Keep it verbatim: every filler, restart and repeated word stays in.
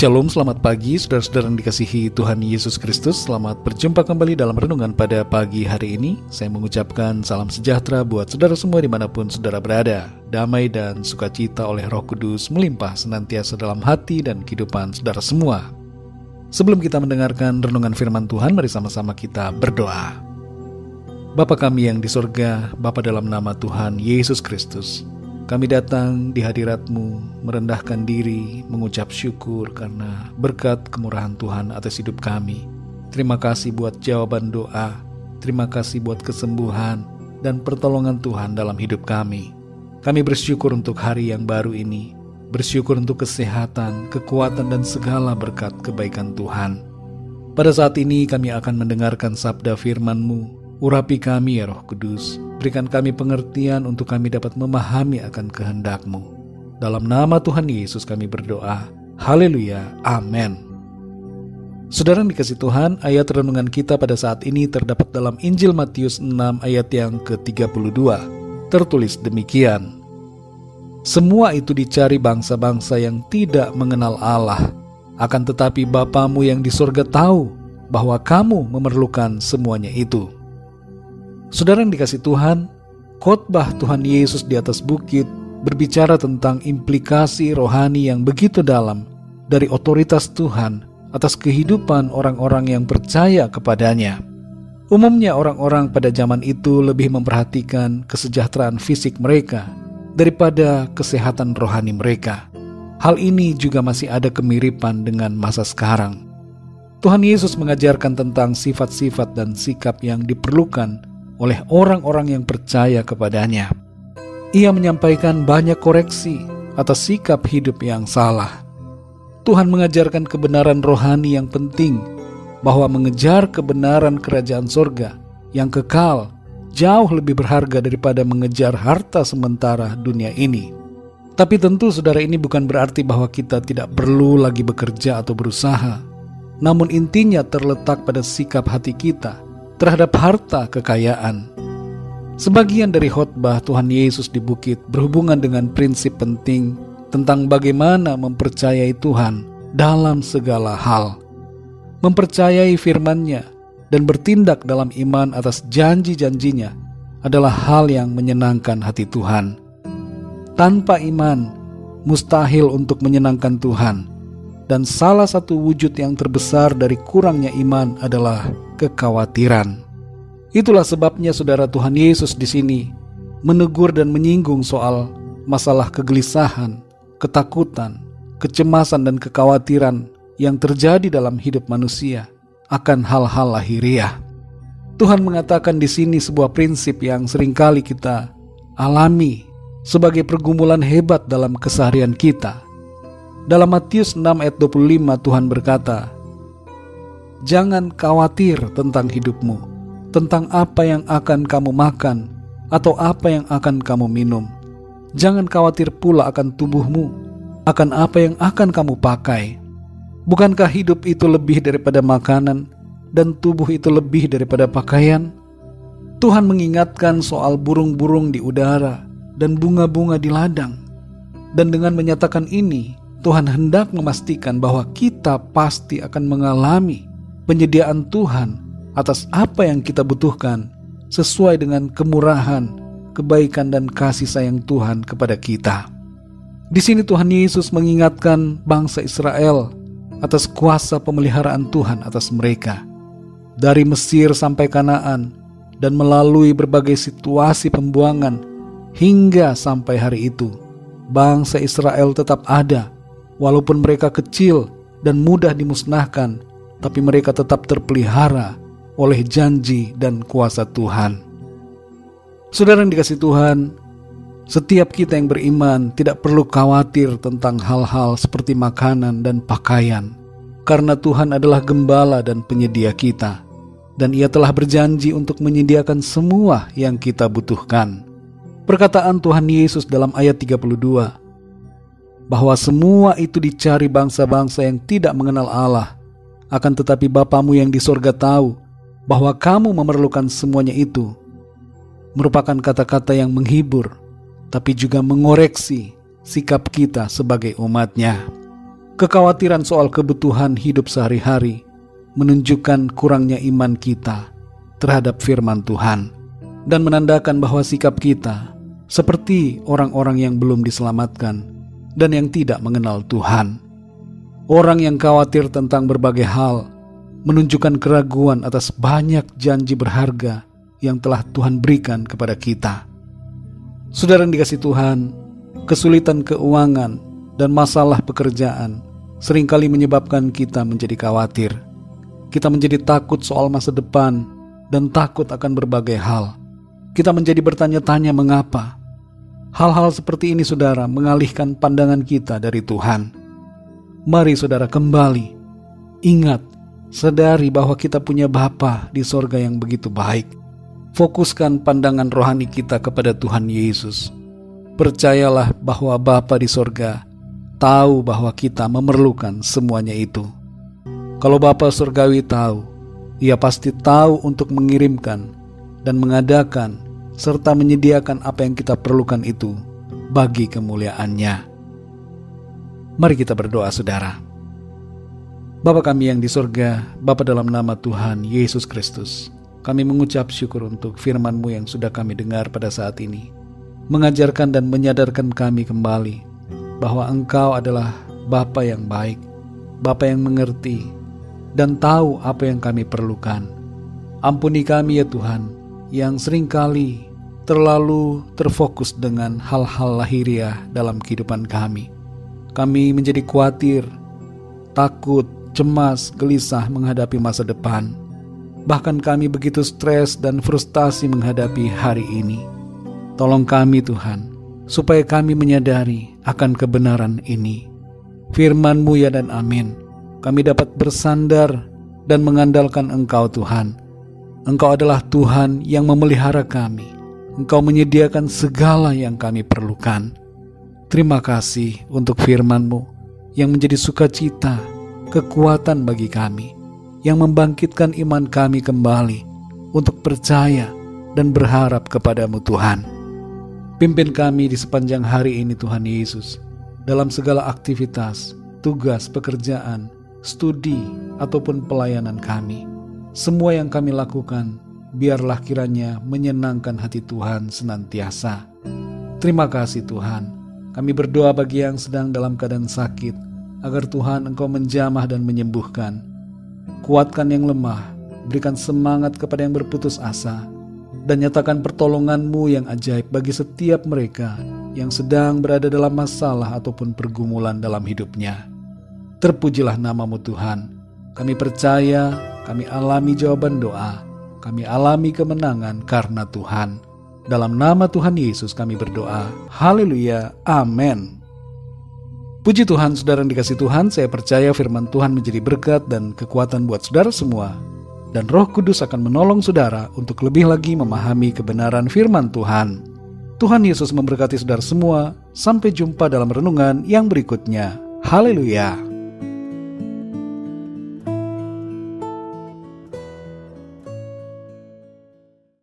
Shalom, selamat pagi saudara-saudara yang dikasihi Tuhan Yesus Kristus. Selamat berjumpa kembali dalam renungan pada pagi hari ini. Saya mengucapkan salam sejahtera buat saudara semua dimanapun saudara berada. Damai dan sukacita oleh Roh Kudus melimpah senantiasa dalam hati dan kehidupan saudara semua. Sebelum kita mendengarkan renungan firman Tuhan, mari sama-sama kita berdoa. Bapa kami yang di surga, Bapa dalam nama Tuhan Yesus Kristus, kami datang di hadirat-Mu, merendahkan diri, mengucap syukur karena berkat kemurahan Tuhan atas hidup kami. Terima kasih buat jawaban doa, terima kasih buat kesembuhan dan pertolongan Tuhan dalam hidup kami. Kami bersyukur untuk hari yang baru ini, bersyukur untuk kesehatan, kekuatan dan segala berkat kebaikan Tuhan. Pada saat ini kami akan mendengarkan sabda firman-Mu. Urapi kami ya Roh Kudus, berikan kami pengertian untuk kami dapat memahami akan kehendak-Mu. Dalam nama Tuhan Yesus kami berdoa, haleluya, amin. Saudara yang dikasihi Tuhan, ayat renungan kita pada saat ini terdapat dalam Injil Matius enam ayat yang ke tiga puluh dua. Tertulis demikian, semua itu dicari bangsa-bangsa yang tidak mengenal Allah, akan tetapi Bapamu yang di surga tahu bahwa kamu memerlukan semuanya itu. Saudara yang dikasihi Tuhan, khotbah Tuhan Yesus di atas bukit berbicara tentang implikasi rohani yang begitu dalam dari otoritas Tuhan atas kehidupan orang-orang yang percaya kepadanya. Umumnya orang-orang pada zaman itu lebih memperhatikan kesejahteraan fisik mereka daripada kesehatan rohani mereka. Hal ini juga masih ada kemiripan dengan masa sekarang. Tuhan Yesus mengajarkan tentang sifat-sifat dan sikap yang diperlukan oleh orang-orang yang percaya kepadanya. Ia menyampaikan banyak koreksi atas sikap hidup yang salah. Tuhan mengajarkan kebenaran rohani yang penting, bahwa mengejar kebenaran kerajaan sorga yang kekal jauh lebih berharga daripada mengejar harta sementara dunia ini. Tapi tentu saudara, ini bukan berarti bahwa kita tidak perlu lagi bekerja atau berusaha. Namun intinya terletak pada sikap hati kita terhadap harta kekayaan. Sebagian dari khotbah Tuhan Yesus di bukit berhubungan dengan prinsip penting tentang bagaimana mempercayai Tuhan dalam segala hal. Mempercayai firman-Nya dan bertindak dalam iman atas janji-janjinya adalah hal yang menyenangkan hati Tuhan. Tanpa iman, mustahil untuk menyenangkan Tuhan. Dan salah satu wujud yang terbesar dari kurangnya iman adalah kekhawatiran. Itulah sebabnya saudara, Tuhan Yesus di sini menegur dan menyinggung soal masalah kegelisahan, ketakutan, kecemasan dan kekhawatiran yang terjadi dalam hidup manusia akan hal-hal lahiriah. Tuhan mengatakan di sini sebuah prinsip yang seringkali kita alami sebagai pergumulan hebat dalam keseharian kita. Dalam Matius enam ayat dua puluh lima Tuhan berkata, jangan khawatir tentang hidupmu, tentang apa yang akan kamu makan atau apa yang akan kamu minum. Jangan khawatir pula akan tubuhmu, akan apa yang akan kamu pakai. Bukankah hidup itu lebih daripada makanan dan tubuh itu lebih daripada pakaian? Tuhan mengingatkan soal burung-burung di udara dan bunga-bunga di ladang. Dan dengan menyatakan ini, Tuhan hendak memastikan bahwa kita pasti akan mengalami penyediaan Tuhan atas apa yang kita butuhkan sesuai dengan kemurahan, kebaikan dan kasih sayang Tuhan kepada kita. Di sini Tuhan Yesus mengingatkan bangsa Israel atas kuasa pemeliharaan Tuhan atas mereka. Dari Mesir sampai Kanaan dan melalui berbagai situasi pembuangan hingga sampai hari itu, bangsa Israel tetap ada. Walaupun mereka kecil dan mudah dimusnahkan, tapi mereka tetap terpelihara oleh janji dan kuasa Tuhan. Saudara yang dikasihi Tuhan, setiap kita yang beriman tidak perlu khawatir tentang hal-hal seperti makanan dan pakaian, karena Tuhan adalah gembala dan penyedia kita, dan Ia telah berjanji untuk menyediakan semua yang kita butuhkan. Perkataan Tuhan Yesus dalam ayat tiga puluh dua, bahwa semua itu dicari bangsa-bangsa yang tidak mengenal Allah, akan tetapi Bapamu yang di sorga tahu bahwa kamu memerlukan semuanya itu, merupakan kata-kata yang menghibur, tapi juga mengoreksi sikap kita sebagai umat-Nya. Kekhawatiran soal kebutuhan hidup sehari-hari menunjukkan kurangnya iman kita terhadap firman Tuhan dan menandakan bahwa sikap kita seperti orang-orang yang belum diselamatkan dan yang tidak mengenal Tuhan. Orang yang khawatir tentang berbagai hal menunjukkan keraguan atas banyak janji berharga yang telah Tuhan berikan kepada kita. Saudara yang dikasihi Tuhan, kesulitan keuangan dan masalah pekerjaan seringkali menyebabkan kita menjadi khawatir. Kita menjadi takut soal masa depan dan takut akan berbagai hal. Kita menjadi bertanya-tanya mengapa. Hal-hal seperti ini, saudara, mengalihkan pandangan kita dari Tuhan. Mari saudara kembali. Ingat, sadari bahwa kita punya Bapa di sorga yang begitu baik. Fokuskan pandangan rohani kita kepada Tuhan Yesus. Percayalah bahwa Bapa di sorga tahu bahwa kita memerlukan semuanya itu. Kalau Bapa surgawi tahu, Ia pasti tahu untuk mengirimkan dan mengadakan serta menyediakan apa yang kita perlukan itu bagi kemuliaan-Nya. Mari kita berdoa, saudara. Bapa kami yang di surga, Bapa dalam nama Tuhan Yesus Kristus, kami mengucap syukur untuk firman-Mu yang sudah kami dengar pada saat ini, mengajarkan dan menyadarkan kami kembali bahwa Engkau adalah Bapa yang baik, Bapa yang mengerti, dan tahu apa yang kami perlukan. Ampuni kami ya Tuhan, yang seringkali terlalu terfokus dengan hal-hal lahiriah dalam kehidupan kami. Kami menjadi khawatir, takut, cemas, gelisah menghadapi masa depan. Bahkan kami begitu stres dan frustasi menghadapi hari ini. Tolong kami Tuhan, supaya kami menyadari akan kebenaran ini. Firman-Mu ya dan amin. Kami dapat bersandar dan mengandalkan Engkau Tuhan. Engkau adalah Tuhan yang memelihara kami. Engkau menyediakan segala yang kami perlukan. Terima kasih untuk firman-Mu yang menjadi sukacita, kekuatan bagi kami, yang membangkitkan iman kami kembali untuk percaya dan berharap kepada-Mu Tuhan. Pimpin kami di sepanjang hari ini Tuhan Yesus, dalam segala aktivitas, tugas, pekerjaan, studi, ataupun pelayanan kami. Semua yang kami lakukan, biarlah kiranya menyenangkan hati Tuhan senantiasa. Terima kasih Tuhan. Kami berdoa bagi yang sedang dalam keadaan sakit, agar Tuhan Engkau menjamah dan menyembuhkan. Kuatkan yang lemah, berikan semangat kepada yang berputus asa, dan nyatakan pertolongan-Mu yang ajaib bagi setiap mereka yang sedang berada dalam masalah ataupun pergumulan dalam hidupnya. Terpujilah nama-Mu Tuhan. Kami percaya, kami alami jawaban doa, kami alami kemenangan karena Tuhan. Dalam nama Tuhan Yesus kami berdoa. Haleluya, amin. Puji Tuhan, saudara yang dikasihi Tuhan, saya percaya firman Tuhan menjadi berkat dan kekuatan buat saudara semua. Dan Roh Kudus akan menolong saudara untuk lebih lagi memahami kebenaran firman Tuhan. Tuhan Yesus memberkati saudara semua. Sampai jumpa dalam renungan yang berikutnya. Haleluya.